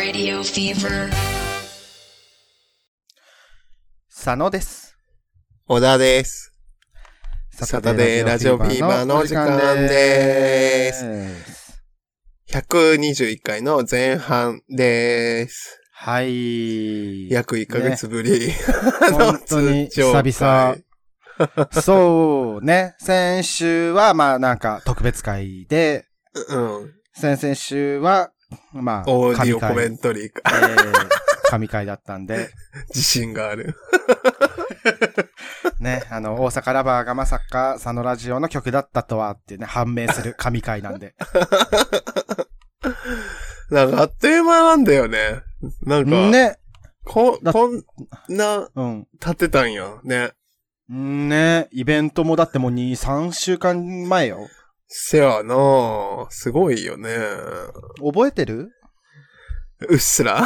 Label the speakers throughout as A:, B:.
A: Radio Fever
B: 佐野です。
C: 小田です。サタデーラジオフィーバーの時間です。121回の前半です。
B: はい。
C: 約1ヶ月ぶり、
B: ね、本当に久々。そうね。先週はまあなんか特別会で、先々週はまあ
C: オーディオコメントリーか。
B: 神回だったんで。
C: 自信がある。
B: ね、大阪ラバーがまさか佐野ラジオの曲だったとはってね、判明する神回なんで。
C: なんかあっという間なんだよね。なんか、
B: ね。
C: こんな、立ってたんや、ね。
B: ね、イベントもだってもう2、3週間前よ。
C: せやなぁ、すごいよね。
B: 覚えてる？
C: うっすら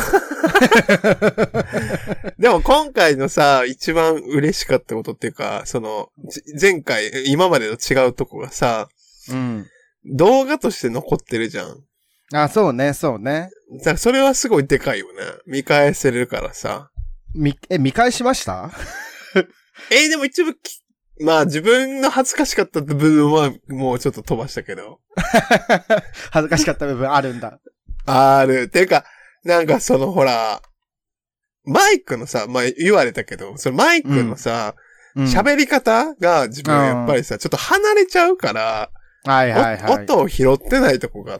C: でも今回のさ、一番嬉しかったことっていうか、前回、今までの違うとこがさ、動画として残ってるじゃん。
B: あ、そうね、そうね。
C: だからそれはすごいでかいよね。見返せれるからさ。見
B: 返しました？
C: でも一部、まあ自分の恥ずかしかった部分はもうちょっと飛ばしたけど。
B: 恥ずかしかった部分あるんだ。
C: ある。ていうか、なんかほら、マイクのさ、まあ言われたけど、マイクのさ、喋り方が自分やっぱりさ、ちょっと離れちゃうから、
B: はいはいはい。
C: 音を拾ってないとこがあって、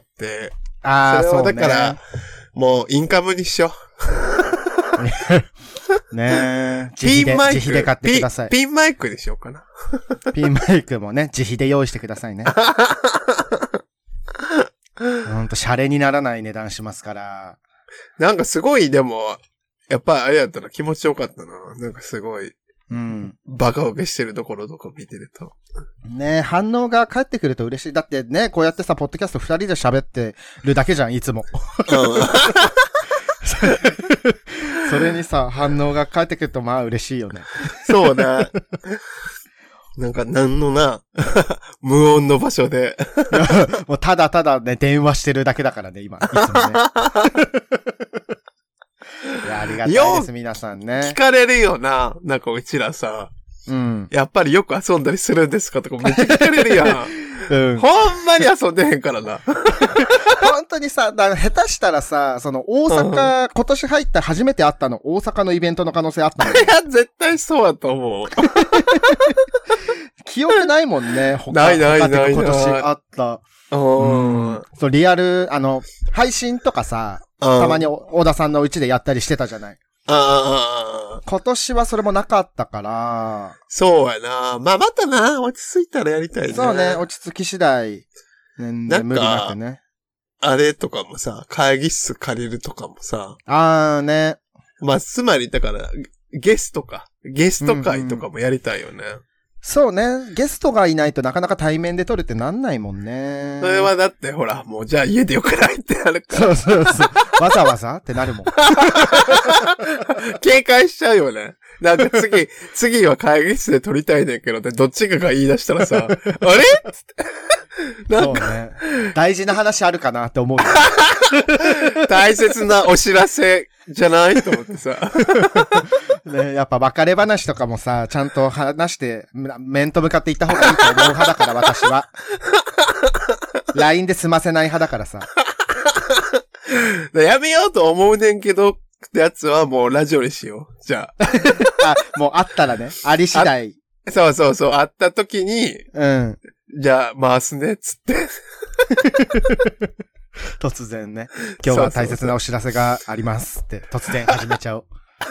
B: ああ、
C: それはだから、もうインカムにしよ
B: う。ねえ。自費で買ってください。
C: ピンマイクにしようかな。
B: ピンマイクもね、自費で用意してくださいね。ほんと、シャレにならない値段しますから。
C: なんかすごい、でも、やっぱりあれやったら気持ちよかったな。なんかすごい、バカ受けしてるところとか見てると。
B: ねえ、反応が返ってくると嬉しい。だってね、こうやってさ、ポッドキャスト2人で喋ってるだけじゃん、いつも。それにさ、反応が返ってくるとまあ嬉しいよね。
C: そうね。なんかなんのな、無音の場所で。
B: もうただただね、電話してるだけだからね、今。いつもね。いや、ありがたいです、皆さんね。
C: 聞かれるよな。なんかうちらさ、やっぱりよく遊んだりするんですかとかめっちゃ聞かれるやん。ほんまに遊んでへんからな。
B: 本当にさ、下手したらさ、大阪、今年入った初めて会ったの、大阪のイベントの可能性あったの。
C: いや、絶対そうだと思う。
B: 記憶ないもんね、
C: ない。
B: 今年あった。そう、リアル、配信とかさ、たまに小田さんのうちでやったりしてたじゃない。今年はそれもなかったから。
C: そうやな。まあ、またな、落ち着いたらやりたいね。
B: そうね、落ち着き次第。無理なくね。
C: あれとかもさ、会議室借りるとかもさ。
B: ね。
C: まあ、つまり、だから、ゲスト会とかもやりたいよね。
B: そうね。ゲストがいないとなかなか対面で撮るってなんないもんね。
C: それはだってほら、もうじゃあ家でよくないってなるから。
B: そう。わざわざってなるもん。
C: 警戒しちゃうよね。なんか次は会議室で撮りたいねんけどって、どっちかが言い出したらさ、あれつって。
B: そうね。大事な話あるかなって思うよ。
C: 大切なお知らせじゃないと思ってさ。
B: ね、やっぱ別れ話とかもさ、ちゃんと話して、面と向かっていった方がいいと思う派だから、私は。LINE で済ませない派だからさ。
C: やめようと思うねんけど、ってやつはもうラジオにしよう。じゃあ。
B: もうあったらね、あり次第。
C: そう、会った時に、じゃあ回すね、つって。
B: 突然ね、今日は大切なお知らせがありますって、突然始めちゃおう。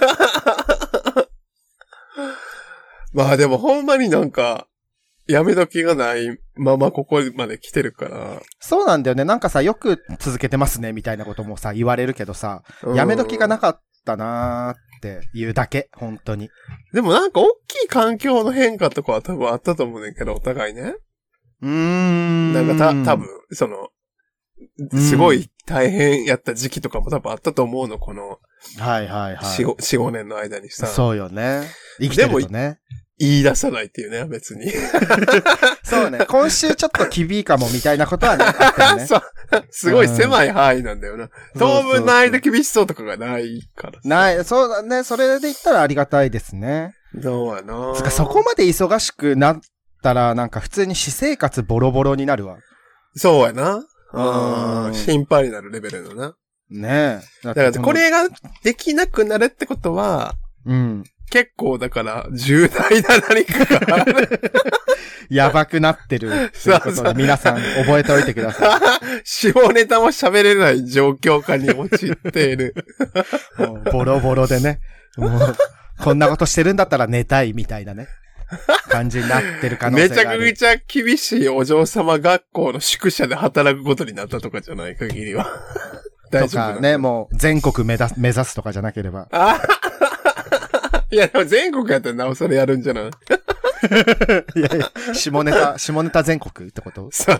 C: まあでもほんまになんか、やめ時がないままここまで来てるから。
B: そうなんだよね。なんかさ、よく続けてますね、みたいなこともさ、言われるけどさ、やめ時がなかったなーっていうだけ、本当に。
C: でもなんか大きい環境の変化とかは多分あったと思うねんけど、お互いね。なんか多分すごい大変やった時期とかも多分あったと思うの、この。
B: はい。
C: 4、5年の間にさ。
B: そうよね。生きてるとね。
C: 言い出さないっていうね、別に。
B: そうね。今週ちょっと厳いかもみたいなことはね、あったよね。
C: すごい狭い範囲なんだよな。当分の間厳しそうとかがないからさ。
B: ない、そうだね。それで言ったらありがたいですね。
C: そうやな。
B: そこまで忙しくなったら、なんか普通に私生活ボロボロになるわ。
C: そうやな。心配になるレベルのな。
B: ね
C: え。だからこれができなくなるってことは、
B: うん。
C: 結構だから重大な何かが
B: やばくなってるということで皆さん覚えておいてくださ
C: い。下ネタも喋れない状況下に陥っている。
B: もうボロボロでね。もうこんなことしてるんだったら寝たいみたいなね。感じになってる可能性がある。
C: めちゃくちゃ厳しいお嬢様学校の宿舎で働くことになったとかじゃない限りは。
B: 大丈夫とかね、もう全国目指すとかじゃなければ。
C: いや、でも全国やったらなおさらやるんじゃない
B: いやいや、下ネタ全国ってこと？
C: そう。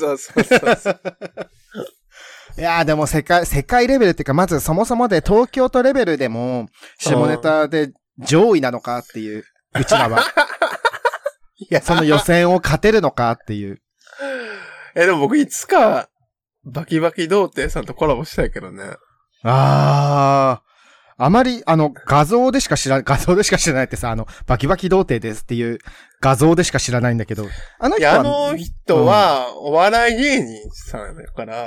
B: いやーでも世界レベルっていうか、まずそもそもで東京都レベルでも、下ネタで上位なのかっていう、うちらは。いや、その予選を勝てるのかっていう。
C: でも僕いつか、バキバキ童貞さんとコラボしたいけどね。
B: あまり、画像でしか知らないってさ、バキバキ童貞ですっていう画像でしか知らないんだけど、
C: あの人は、お笑い芸人さんだから。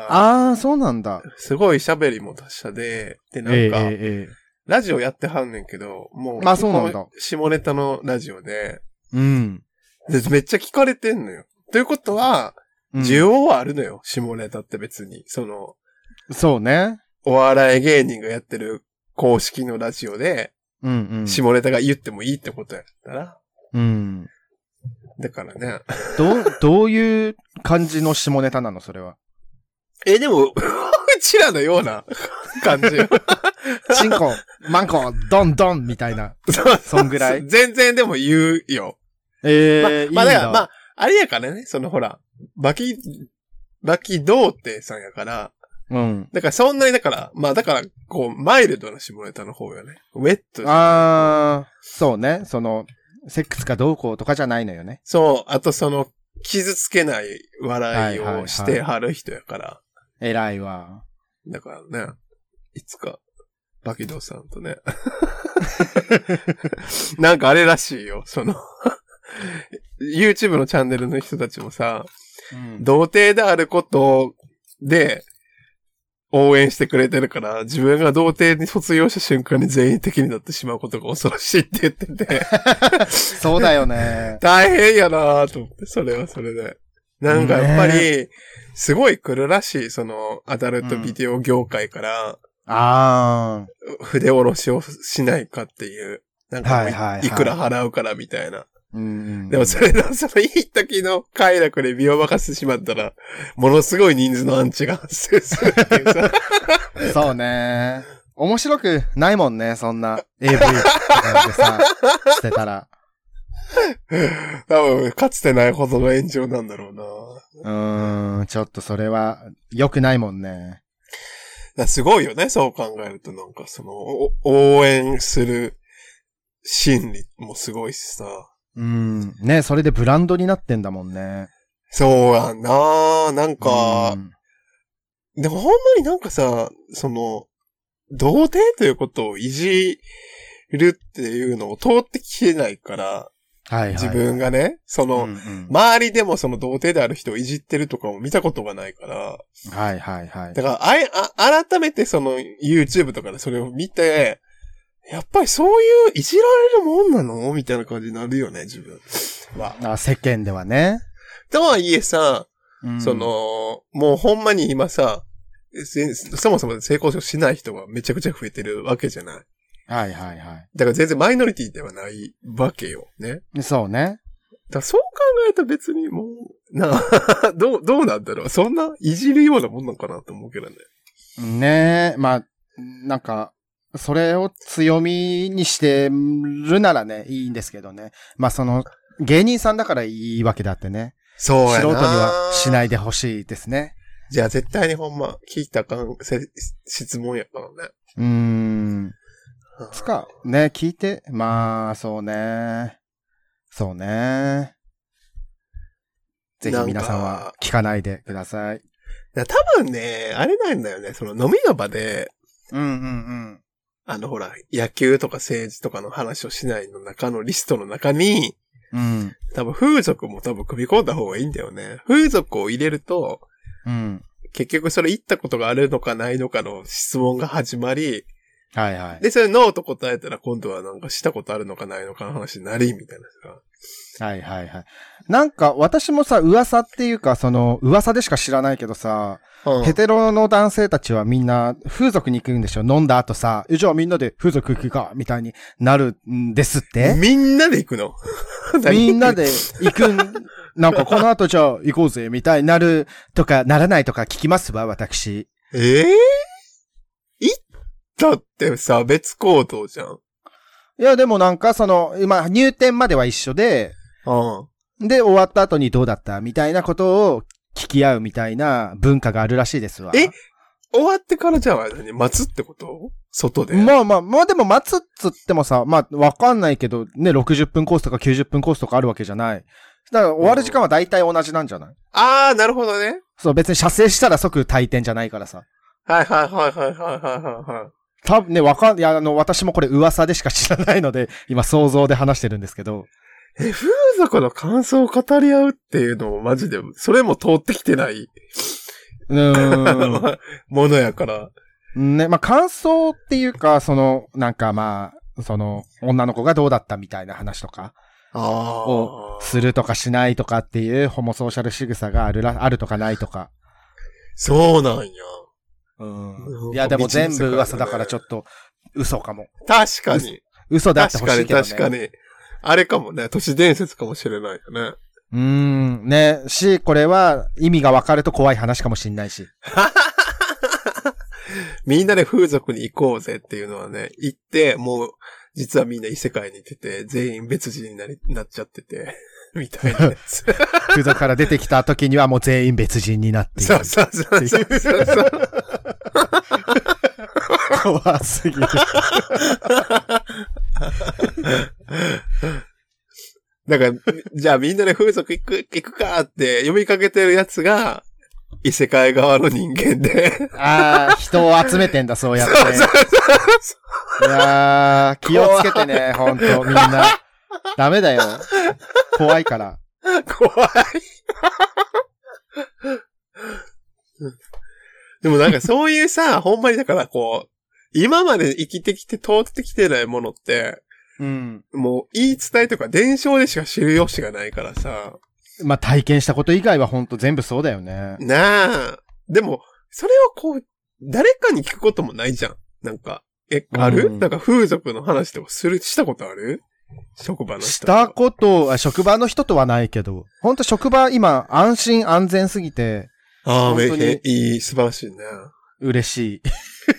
B: そうなんだ。
C: すごい喋りも達者で、で、なんか、ラジオやってはんねんけど、もう、
B: そうなんだ。
C: 下ネタのラジオで、
B: うん。
C: で、めっちゃ聞かれてんのよ。ということは、需要はあるのよ、下ネタって別に。
B: そうね。
C: お笑い芸人がやってる公式のラジオで、下ネタが言ってもいいってことやったら。
B: うん。
C: だからね。
B: どういう感じの下ネタなのそれは。
C: でも、うちらのような感じよ。
B: チンコ、マンコ、ドンドンみたいな。そんぐらい。
C: 全然でも言うよ。まあ、だから、あれやからね、ほら、バキ童貞さんやから、
B: うん。
C: だからそんなにだから、こう、マイルドな下ネタの方よね。ウェット。
B: そうね。セックスかどうこうとかじゃないのよね。
C: そう。あと傷つけない笑いをしてはる人やから。
B: 偉いわ。
C: だからね、いつか、バキドさんとね。なんかあれらしいよ。YouTube のチャンネルの人たちもさ、童貞であることで、応援してくれてるから、自分が童貞に卒業した瞬間に全員的になってしまうことが恐ろしいって言ってて。
B: そうだよね。
C: 大変やなぁと思って、それはそれで。なんかやっぱり、すごい来るらしい、アダルトビデオ業界から、筆下ろしをしないかっていう。なんか、いくら払うからみたいな。でもそれの、いい時の快楽で身を任せてしまったら、ものすごい人数のアンチが発生するっていうさ。
B: そうね。面白くないもんね、そんな AV とかでさ、してたら。
C: 多分、かつてないほどの炎上なんだろう
B: な。ちょっとそれは良くないもんね。
C: すごいよね、そう考えると。なんか応援する心理もすごいしさ。
B: ね、それでブランドになってんだもんね。
C: そうやんな。なんか、でもほんまになんかさ、童貞ということをいじるっていうのを通ってきてないから、自分がね、周りでも童貞である人をいじってるとかも見たことがないから、だから改めてYouTube とかでそれを見て、やっぱりそういういじられるもんなのみたいな感じになるよね、自分は。
B: 世間ではね。
C: とはいえさ、もうほんまに今さ、そもそも性交渉しない人がめちゃくちゃ増えてるわけじゃない。だから全然マイノリティではないわけよ、ね。
B: そうね。
C: だからそう考えたら別にもう、どうなんだろう。そんないじるようなもんなんかなと思うけどね。
B: ねえ、まあ、なんか、それを強みにしてるならね、いいんですけどね。まあ芸人さんだからいいわけだってね。
C: そうやな。
B: 素人にはしないでほしいですね。
C: じゃあ絶対にほんま聞いたかん質問やから
B: ね。ね、聞いて、まあ、そうね。ぜひ皆さんは聞かないでください。
C: 多分ね、あれなんだよね、その飲みの場で、ほら、野球とか政治とかの話をしないの中のリストの中に、多分風俗も組み込んだ方がいいんだよね。風俗を入れると、結局それ行ったことがあるのかないのかの質問が始まり、で、それノーと答えたら今度はなんかしたことあるのかないのかの話になり、みたいな
B: さ。なんか私もさ、噂っていうか、噂でしか知らないけどさ、ヘテロの男性たちはみんな風俗に行くんでしょ？飲んだ後さ、じゃあみんなで風俗行くかみたいになるんですって？
C: みんなで行くの？
B: みんなで行くなんかこの後じゃあ行こうぜみたいになるとかならないとか聞きますわ、私。
C: だってさ、別行動じゃん。
B: いや、でもなんか今、入店までは一緒で、で、終わった後にどうだったみたいなことを聞き合うみたいな文化があるらしいですわ。
C: 終わってからじゃあ待つってこと？外で。
B: まあでも待つっつってもさ、わかんないけど、ね、60分コースとか90分コースとかあるわけじゃない。だから終わる時間は大体同じなんじゃない？
C: なるほどね。
B: そう、別に射精したら即退店じゃないからさ。
C: はい。
B: 多分ね、私もこれ噂でしか知らないので、今想像で話してるんですけど。
C: 風俗の感想を語り合うっていうのもマジで、それも通ってきてない。ものやから。
B: ね、感想っていうか、なんか女の子がどうだったみたいな話とか。をするとかしないとかっていうホモソーシャル仕草があるとかないとか。
C: そうなんや。
B: いや、でも全部噂だからちょっと嘘かも。
C: 確かに。
B: 嘘であってほしいけどね。
C: 確かに。あれかもね、都市伝説かもしれないよね。
B: ね、これは意味が分かると怖い話かもしんないし。
C: みんなで風俗に行こうぜっていうのはね、行って、もう、実はみんな異世界に行ってて、全員別人になっちゃってて、みたいなやつ。
B: 風俗から出てきた時にはもう全員別人になっている。
C: そう。
B: 怖すぎる。
C: だから、じゃあみんなで風俗行くかって呼びかけてるやつが、異世界側の人間で。
B: 人を集めてんだ、そうやって。いやー、気をつけてね、ほんと、みんな。ダメだよ。怖いから。
C: 怖い。でもなんかそういうさ、ほんまにだから今まで生きてきて通ってきてないものって、もう言い伝えとか伝承でしか知る由がないからさ。
B: 体験したこと以外はほんと全部そうだよね。
C: なあ。でも、それを誰かに聞くこともないじゃん。なんか、ある？なんか風俗の話とかしたことある？職場の人。
B: したこと、職場の人とはないけど、ほんと職場今安心安全すぎて。
C: 本当に素晴らしいね。
B: 嬉しい。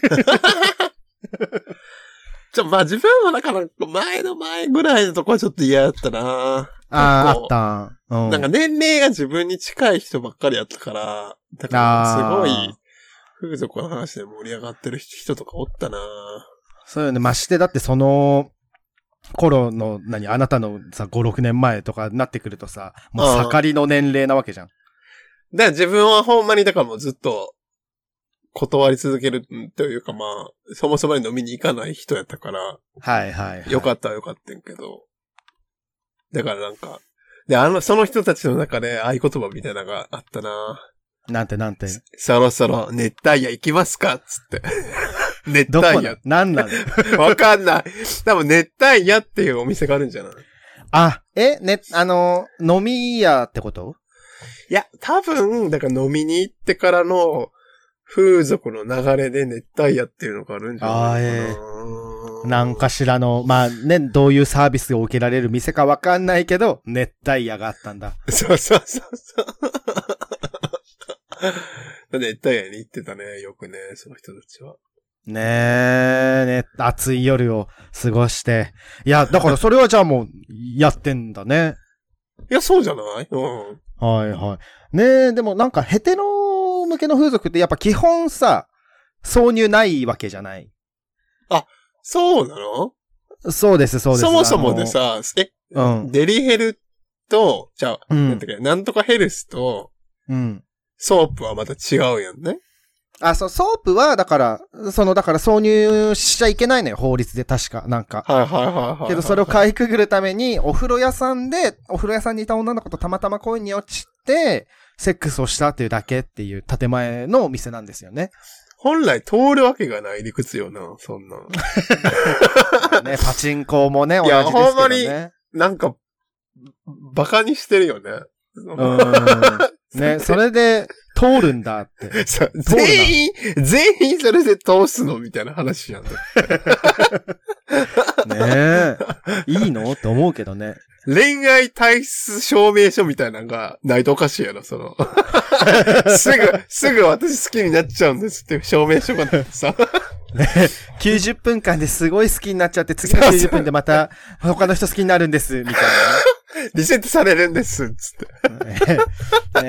C: 自分はだから前の前ぐらいのとこはちょっと嫌だったな。
B: あった。
C: なんか年齢が自分に近い人ばっかりやったから、だからすごい風俗の話で盛り上がってる人とかおったな。
B: そうよね。ましてだってその頃のあなたのさ5、6年前とかになってくるとさ、もう盛りの年齢なわけじゃん。
C: だから自分はほんまにだからもうずっと断り続けるというかそもそもに飲みに行かない人やったから。
B: はい。
C: よかったんけど。だからなんか、で、その人たちの中で合言葉みたいなのがあったな。
B: なんて。
C: そろそろ熱帯夜行きますかつって。熱帯夜。
B: なんなの
C: わかんない。多分熱帯夜っていうお店があるんじゃない？
B: 飲み屋ってこと？
C: いや、多分、だから飲みに行ってからの風俗の流れで熱帯夜っていうのがあるんじゃないかな。
B: なんかしらの、どういうサービスを受けられる店かわかんないけど、熱帯夜があったんだ。
C: そう。熱帯夜に行ってたね、よくね、その人たちは。
B: 暑い夜を過ごして。いや、だからそれはじゃあもう、やってんだね。
C: いや、そうじゃない？
B: はい。でもなんかヘテロ向けの風俗ってやっぱ基本さ、挿入ないわけじゃない。
C: そうなの？
B: そうです。そ
C: もそもでさ、デリヘルと、じゃあ、なんとかヘルスと、 ソープはまた違うやんね。
B: ソープは、だから挿入しちゃいけないのよ、法律で確か、なんか。けどそれをかいくぐるために、お風呂屋さんにいた女の子とたまたま恋に落ちて、セックスをしたっていうだけっていう建前のお店なんですよね。
C: 本来通るわけがない理屈よな、そんな。
B: ね、パチンコもね、同じですけどね。いや、ほんまに、
C: なんか、バカにしてるよね。
B: ね、それで、通るんだって。
C: 全員それで通すのみたいな話やん。ね
B: え。いいのって思うけどね。
C: 恋愛体質証明書みたいなのがないとおかしいやろ、すぐ私好きになっちゃうんですっていう証明書がないとさ。
B: ね、90分間ですごい好きになっちゃって、次の90分でまた他の人好きになるんです、みたいな、ね。
C: リセットされるんです、つ
B: って。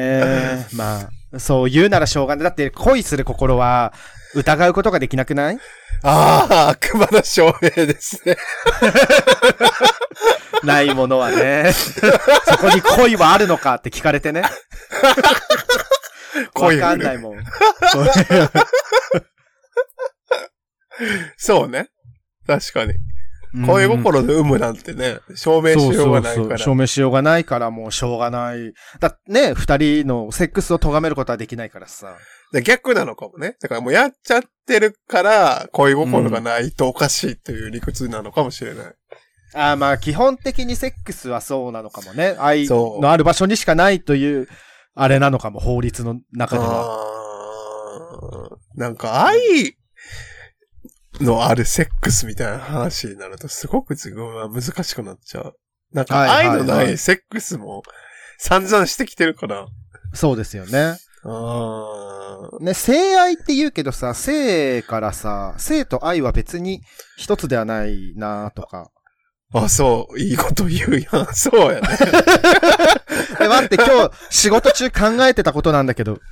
B: まあ、そう言うならしょうがない。だって恋する心は疑うことができなくない？
C: 悪魔の証明ですね。
B: ないものはね。そこに恋はあるのかって聞かれてね。わかんないもん。
C: そうね。確かに。恋心で有無なんてね、証明しようがないから。そう
B: 証明しようがないからもうしょうがない。ね、二人のセックスを咎めることはできないからさ。
C: 逆なのかもね。だからもうやっちゃってるから恋心がないとおかしいっていう理屈なのかもしれない。
B: まあ基本的にセックスはそうなのかもね。愛のある場所にしかないという、あれなのかも、法律の中では。
C: なんか愛のあるセックスみたいな話になるとすごく自分は難しくなっちゃう。なんか愛のないセックスも散々してきてるから。
B: そうですよね。ね、性愛って言うけどさ、性からさ、性と愛は別に一つではないなとか。
C: そう、いいこと言うやん。そうやね。
B: 待って、今日仕事中考えてたことなんだけど。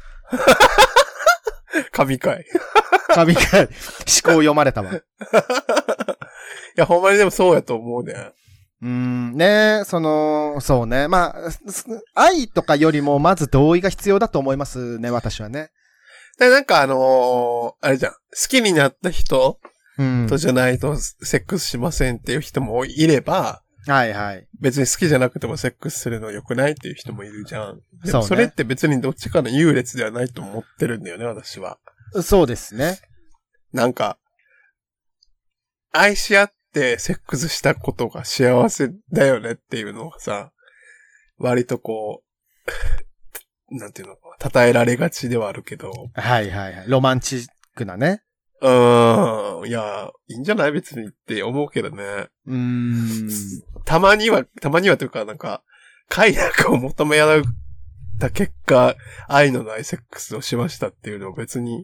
C: 神回。
B: 思考読まれたわ。い
C: や、ほんまにでもそうやと思うね。
B: ね、そうね。まあ、愛とかよりもまず同意が必要だと思いますね、私はね。
C: なんかあれじゃん。好きになった人とじゃないとセックスしませんっていう人もいれば、
B: はいはい。
C: 別に好きじゃなくてもセックスするの良くないっていう人もいるじゃん。でもそれって別にどっちかの優劣ではないと思ってるんだよね、私は。
B: そうですね。なんか、
C: 愛し合ってセックスしたことが幸せだよねっていうのがさ、割とこう、なんていうのか、称えられがちではあるけど。
B: はいはいはい。ロマンチックなね。
C: いや、いいんじゃない別にって思うけどね。たまにはというかなんか、快楽を求め合った結果、愛のないセックスをしましたっていうのは別に、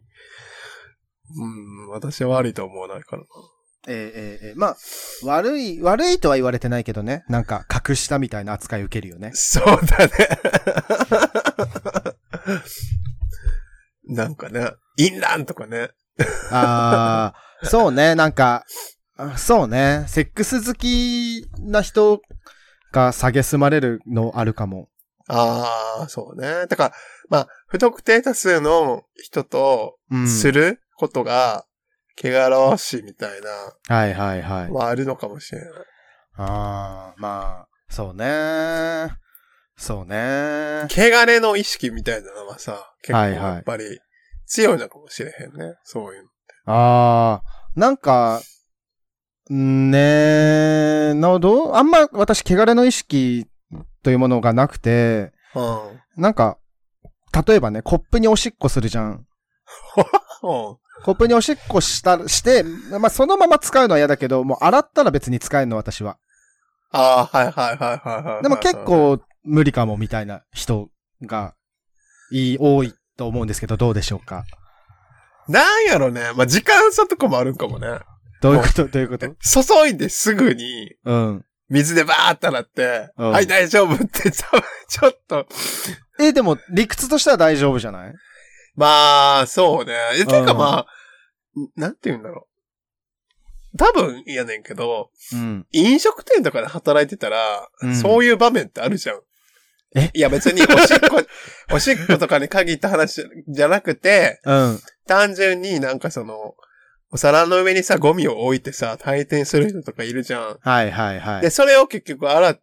C: 私は悪いとは思わないからな。
B: まあ、悪いとは言われてないけどね。なんか、格下みたいな扱い受けるよね。
C: そうだね。なんかね、淫乱とかね。
B: そうね、なんか、そうね、セックス好きな人が蔑まれるのあるかも。
C: そうね。だから、まあ、不特定多数の人とすることが、汚らわしいみたいな。
B: はいはいはい。
C: まあ、あるのかもしれない。
B: まあ、そうね。そうね。
C: 汚れの意識みたいなのはさ、結構やっぱり強いのかもしれへんね。そういうのって。
B: なんか、あんま私、汚れの意識というものがなくて、なんか、例えばね、コップにおしっこするじゃん。コップにおしっこして、まあ、そのまま使うのは嫌だけど、もう洗ったら別に使えるの、私は。
C: はい。
B: でも結構無理かもみたいな人が多いと思うんですけど、どうでしょうか。
C: なんやろね。まあ、時間差とかもあるんかもね。
B: どういうこと注
C: いですぐに、水でバーって洗って、はい、大丈夫ってちょっと。
B: でも、理屈としては大丈夫じゃない？
C: まあ、そうね。てかまあ、なんて言うんだろう。多分やねんけど、飲食店とかで働いてたら、そういう場面ってあるじゃん。 いや別におしっことかに限った話じゃなくて、
B: うん。
C: 単純になんかお皿の上にさ、ゴミを置いてさ、退転する人とかいるじゃん。
B: はいはいはい。
C: で、それを結局洗って、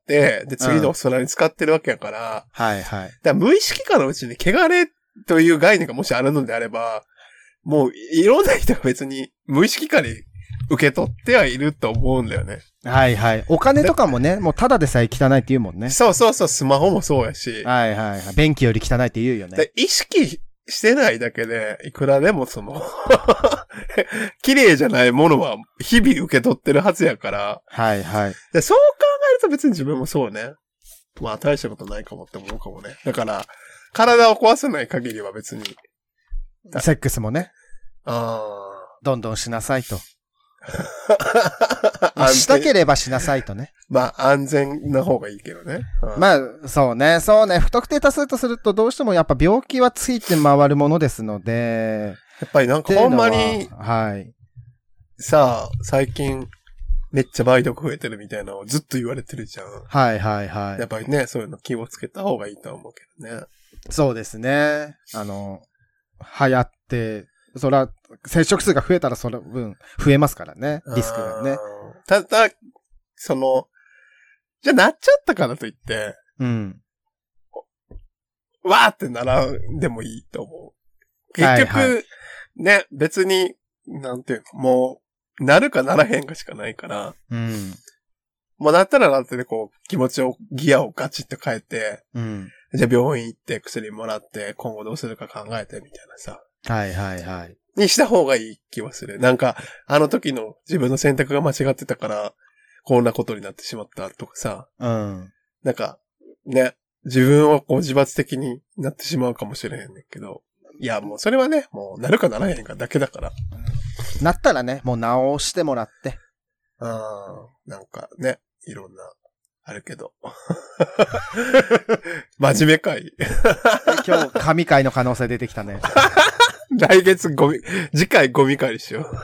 C: で、次のお皿に使ってるわけやから、
B: はいはい。
C: だから無意識化のうちに汚れという概念がもしあるのであれば、もういろんな人が別に無意識化に受け取ってはいると思うんだよね。
B: はいはい。お金とかもね、もうただでさえ汚いって言うもんね。
C: そうそうそう、スマホもそうやし。
B: はいはいはい。便器より汚いって言うよね。
C: 意識してないだけで、いくらでも綺麗じゃないものは日々受け取ってるはずやから。
B: はいはい。
C: でそう考えると別に自分もそうね。まあ大したことないかもって思うかもね。だから、体を壊さない限りは別に。
B: セックスもね。
C: ああ。
B: どんどんしなさいと。したければしなさいとね。
C: まあ、安全な方がいいけどね。
B: まあ、そうね。不特定多数とするとどうしてもやっぱ病気はついて回るものですので。
C: やっぱりなんかほんまに、
B: はい。
C: さあ、最近、めっちゃ梅毒増えてるみたいなのをずっと言われてるじゃん。
B: はいはいはい。
C: やっぱりね、そういうの気をつけた方がいいと思うけどね。
B: そうですね。流行って、そら、接触数が増えたらその分増えますからね。リスクがね。
C: ただ、じゃあなっちゃったからといって、
B: うん。
C: わーってならんでもいいと思う。結局、はいはい、ね、別に、なんていうの、もう、なるかならへんかしかないから、
B: うん。
C: もうなったらなってね、こう、気持ちを、ギアをガチッと変えて、
B: うん。
C: じゃあ病院行って薬もらって、今後どうするか考えてみたいなさ。
B: はいはいはい。
C: にした方がいい気はする。なんか、あの時の自分の選択が間違ってたから、こんなことになってしまったとかさ。
B: うん。
C: なんか、ね、自分はこう自罰的になってしまうかもしれへんねんけど。いや、もうそれはね、もうなるかならへんかだけだから。
B: なったらね、もう直してもらって。
C: なんかね、いろんな、あるけど。真面目かい。
B: 今日、神回の可能性出てきたね。
C: 来月次回ゴミ会しよう。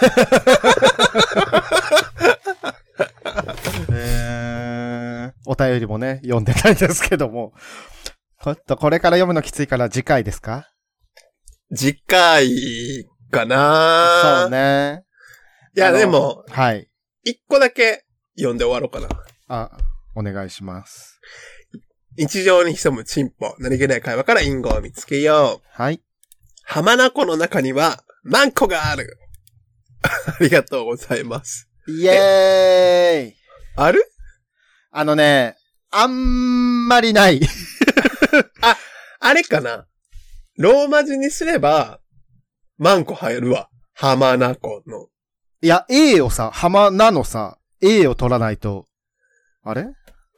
B: お便りもね、読んでないですけども。これから読むのきついから次回ですか？
C: 次回かな。
B: そうね。
C: いや、でも、
B: はい。
C: 一個だけ読んで終わろうか
B: な。お願いします。
C: 日常に潜むチンポ、何気ない会話から隠語を見つけよう。
B: はい。
C: 浜名湖の中には、マンコがある。ありがとうございます。
B: イエーイ。
C: ある？
B: あんまりない。
C: あれかな。ローマ字にすれば、マンコ入るわ。浜名湖の。
B: いや、A をさ、浜名のさ、A を取らないと、あれ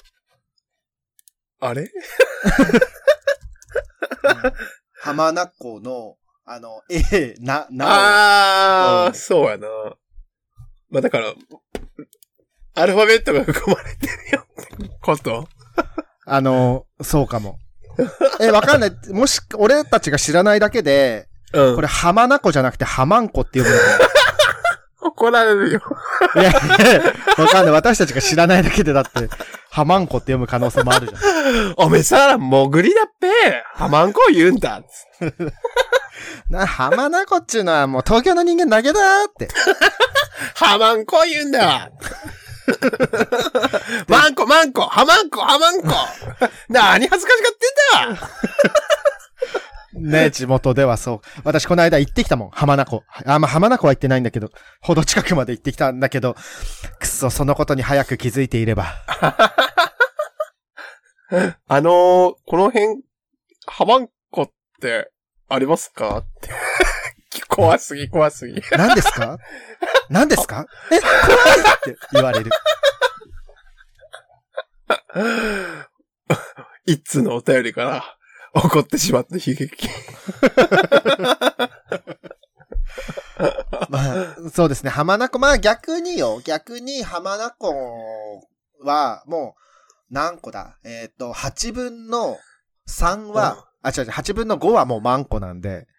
B: 浜名湖の、A、
C: そうやな。まあ、だから、アルファベットが含まれてるよってこと。
B: そうかも。わかんない。もし、俺たちが知らないだけで、うん、これ浜名湖じゃなくて浜んこって呼ぶのかな。
C: 怒られるよ。
B: いや、わかんない。私たちが知らないだけでだって、浜んこって読む可能性もあるじゃん。
C: おめさ、もぐりだっぺ。浜んこ言うんだ。
B: 浜名湖っちゅうのはもう東京の人間だけだーって。
C: 浜んこ言うんだ。浜んこ。何恥ずかしがってんだ。
B: ね、地元ではそう。私この間行ってきたもん、浜名湖。浜名湖は行ってないんだけど、ほど近くまで行ってきたんだけど、くそ、そのことに早く気づいていれば。
C: この辺、浜んこってありますかって。怖すぎ。
B: 何ですか怖いって言われる。
C: 一通のお便りから怒ってしまった悲劇。
B: まあ、そうですね。浜名湖、まあ逆に浜名湖はもう何個だ8分の3は、8分の5はもう万個なんで。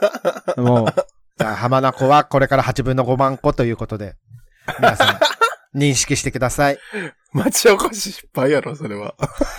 B: もう、じゃあ浜名湖はこれから8分の5万個ということで、皆さん、 認識してください。
C: 町おこし失敗やろ、それは。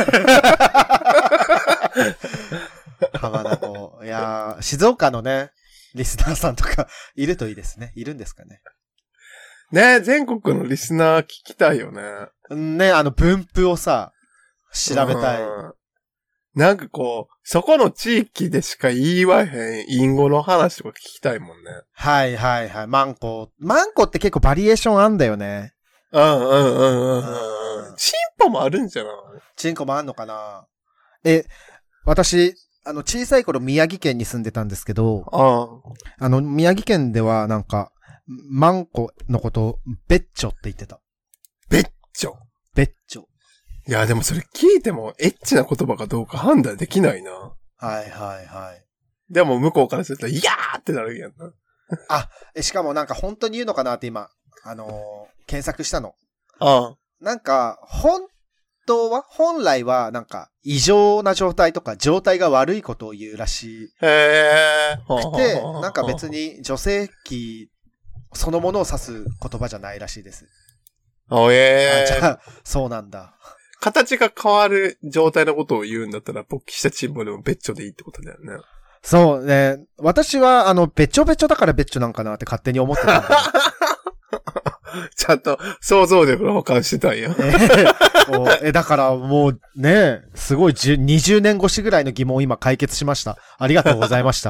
B: 浜名湖。いやー、静岡のね、リスナーさんとかいるといいですね。いるんですかね。
C: ね、全国のリスナー聞きたいよね。
B: ね、分布をさ、調べたい。
C: なんかこう、そこの地域でしか言いわへん隠語の話とか聞きたいもんね。
B: はいはいはい。マンコって結構バリエーションあんだよね。
C: チンポもあるんじゃない？
B: チンコもあんのかな？私、小さい頃宮城県に住んでたんですけど、宮城県ではなんか、マンコのことをベッチョって言ってた。
C: ベッチョ。いや、でもそれ聞いてもエッチな言葉かどうか判断できないな。
B: はいはいはい。
C: でも向こうからすると、いやーってなるやんな。
B: しかもなんか本当に言うのかなって今、検索したの。なんか、本来はなんか異常な状態とか状態が悪いことを言うらしくて、なんか別に女性器そのものを指す言葉じゃないらしいです。じゃあ、そうなんだ。
C: 形が変わる状態のことを言うんだったら、勃起したチンポでもベッチョでいいってことだよね。
B: そうね。私は、ベチョベチョだからベッチョなんかなって勝手に思ってたんだ。
C: ちゃんと想像力の保管してたんや。
B: だからもうね、すごい20年越しぐらいの疑問を今解決しました。ありがとうございました。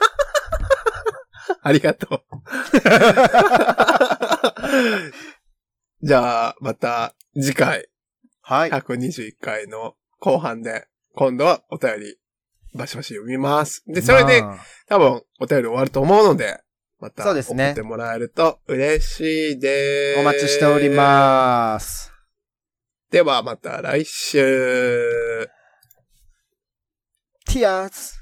C: ありがとう。じゃあ、また次回。はい。121回の後半で、今度はお便り、バシバシ読みます。で、それで、多分、お便り終わると思うので、また、送ってもらえると嬉しいです。
B: お待ちしております。
C: では、また来週。
B: ティアーズ。